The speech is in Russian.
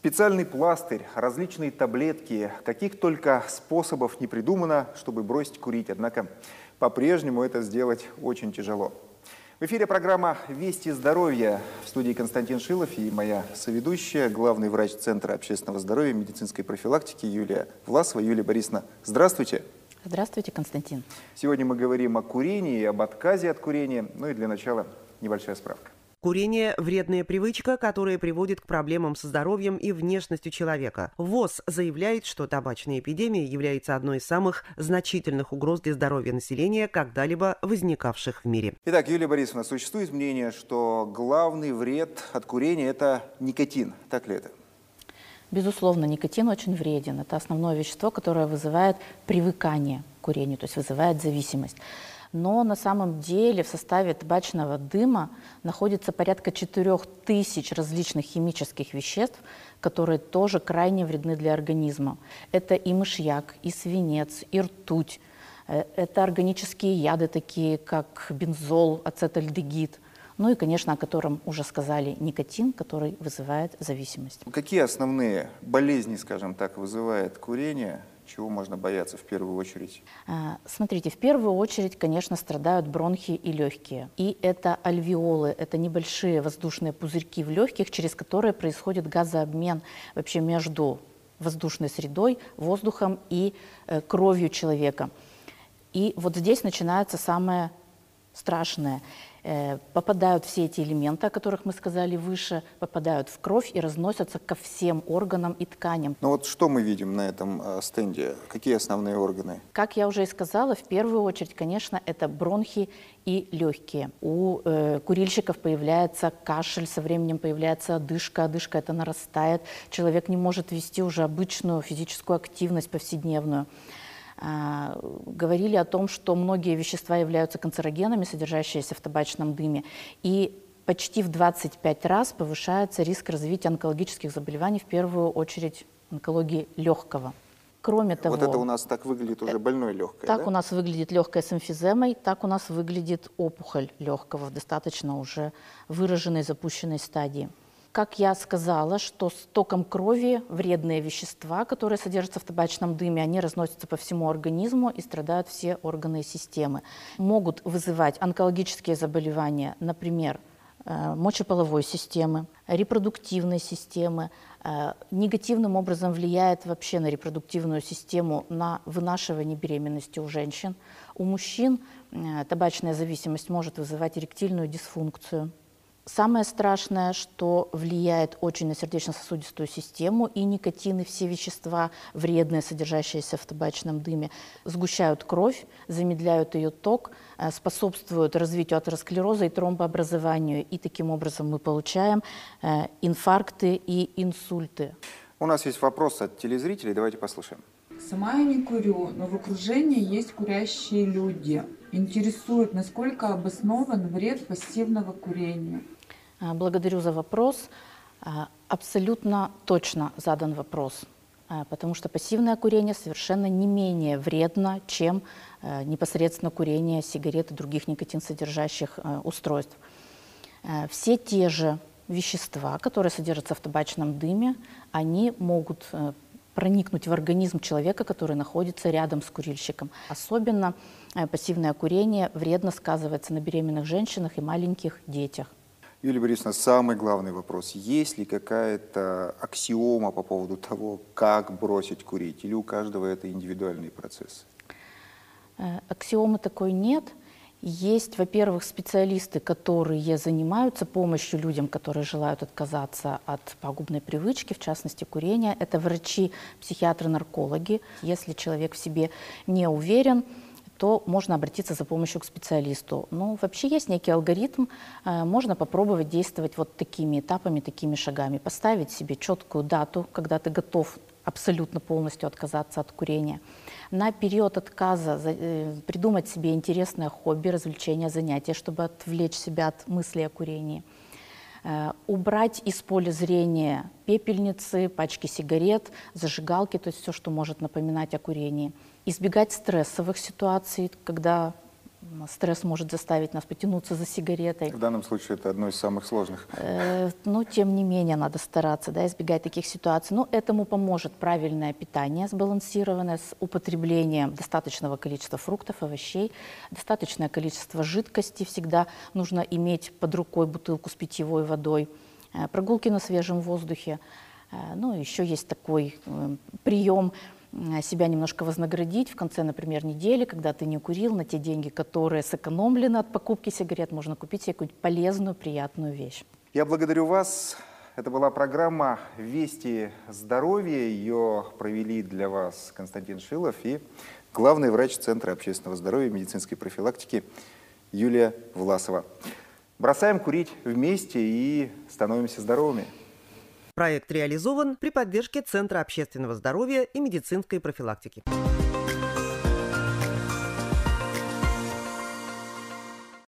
Специальный пластырь, различные таблетки, каких только способов не придумано, чтобы бросить курить. Однако по-прежнему это сделать очень тяжело. В эфире программа «Вести здоровья». В студии Константин Шилов и моя соведущая, главный врач Центра общественного здоровья и медицинской профилактики Юлия Власова. Юлия Борисовна, здравствуйте. Здравствуйте, Константин. Сегодня мы говорим о курении и об отказе от курения. Ну и для начала небольшая справка. Курение – вредная привычка, которая приводит к проблемам со здоровьем и внешностью человека. ВОЗ заявляет, что табачная эпидемия является одной из самых значительных угроз для здоровья населения, когда-либо возникавших в мире. Итак, Юлия Борисовна, существует мнение, что главный вред от курения – это никотин. Так ли это? Безусловно, никотин очень вреден. Это основное вещество, которое вызывает привыкание к курению, то есть вызывает зависимость. Но на самом деле в составе табачного дыма находится порядка 4000 различных химических веществ, которые тоже крайне вредны для организма. Это и мышьяк, и свинец, и ртуть. Это органические яды, такие как бензол, ацетальдегид. Ну и, конечно, о котором уже сказали, никотин, который вызывает зависимость. Какие основные болезни, скажем так, вызывает курение? Чего можно бояться в первую очередь? Смотрите, в первую очередь, конечно, страдают бронхи и легкие. И это альвеолы, это небольшие воздушные пузырьки в легких, через которые происходит газообмен вообще между воздушной средой, воздухом и кровью человека. И вот здесь начинается самое страшное. Попадают все эти элементы, о которых мы сказали выше, попадают в кровь и разносятся ко всем органам и тканям. Ну вот что мы видим на этом стенде? Какие основные органы? Как я уже и сказала, в первую очередь, конечно, это бронхи и легкие. У курильщиков появляется кашель, со временем появляется одышка. Одышка это нарастает. Человек не может вести уже обычную физическую активность повседневную. Говорили о том, что многие вещества являются канцерогенами, содержащиеся в табачном дыме, и почти в 25 раз повышается риск развития онкологических заболеваний, в первую очередь онкологии легкого. Кроме того, вот это у нас так выглядит уже больное легкое, так да? у нас выглядит легкое с эмфиземой, так у нас выглядит опухоль легкого в достаточно уже выраженной запущенной стадии. Как я сказала, что с током крови вредные вещества, которые содержатся в табачном дыме, они разносятся по всему организму и страдают все органы и системы. Могут вызывать онкологические заболевания, например, мочеполовой системы, репродуктивной системы. Негативным образом влияет вообще на репродуктивную систему, на вынашивание беременности у женщин. У мужчин табачная зависимость может вызывать эректильную дисфункцию. Самое страшное, что влияет очень на сердечно-сосудистую систему, и никотин, и все вещества вредные, содержащиеся в табачном дыме, сгущают кровь, замедляют ее ток, способствуют развитию атеросклероза и тромбообразованию. И таким образом мы получаем инфаркты и инсульты. У нас есть вопрос от телезрителей, давайте послушаем. Сама я не курю, но в окружении есть курящие люди. Интересует, насколько обоснован вред пассивного курения. Благодарю за вопрос. Абсолютно точно задан вопрос, потому что пассивное курение совершенно не менее вредно, чем непосредственно курение сигарет и других никотин-содержащих устройств. Все те же вещества, которые содержатся в табачном дыме, они могут проникнуть в организм человека, который находится рядом с курильщиком. Особенно пассивное курение вредно сказывается на беременных женщинах и маленьких детях. Юлия Борисовна, самый главный вопрос. Есть ли какая-то аксиома по поводу того, как бросить курить? Или у каждого это индивидуальный процесс? Аксиомы такой нет. Есть, во-первых, специалисты, которые занимаются помощью людям, которые желают отказаться от пагубной привычки, в частности курения. Это врачи, психиатры, наркологи. Если человек в себе не уверен, то можно обратиться за помощью к специалисту. Но вообще есть некий алгоритм, можно попробовать действовать вот такими этапами, такими шагами. Поставить себе четкую дату, когда ты готов абсолютно полностью отказаться от курения. На период отказа придумать себе интересное хобби, развлечение, занятие, чтобы отвлечь себя от мысли о курении. Убрать из поля зрения пепельницы, пачки сигарет, зажигалки, то есть все, что может напоминать о курении. Избегать стрессовых ситуаций, когда Стресс может заставить нас потянуться за сигаретой. В данном случае это одно из самых сложных. Но, тем не менее, надо стараться, да, избегать таких ситуаций. Но этому поможет правильное питание, сбалансированное, с употреблением достаточного количества фруктов, овощей, достаточное количество жидкости. Всегда нужно иметь под рукой бутылку с питьевой водой, прогулки на свежем воздухе. Ну, еще есть такой прием себя немножко вознаградить в конце, например, недели, когда ты не курил, на те деньги, которые сэкономлены от покупки сигарет, можно купить себе какую-нибудь полезную, приятную вещь. Я благодарю вас. Это была программа «Вести здоровья». Ее провели для вас Константин Шилов и главный врач Центра общественного здоровья и медицинской профилактики Юлия Власова. Бросаем курить вместе и становимся здоровыми. Проект реализован при поддержке Центра общественного здоровья и медицинской профилактики.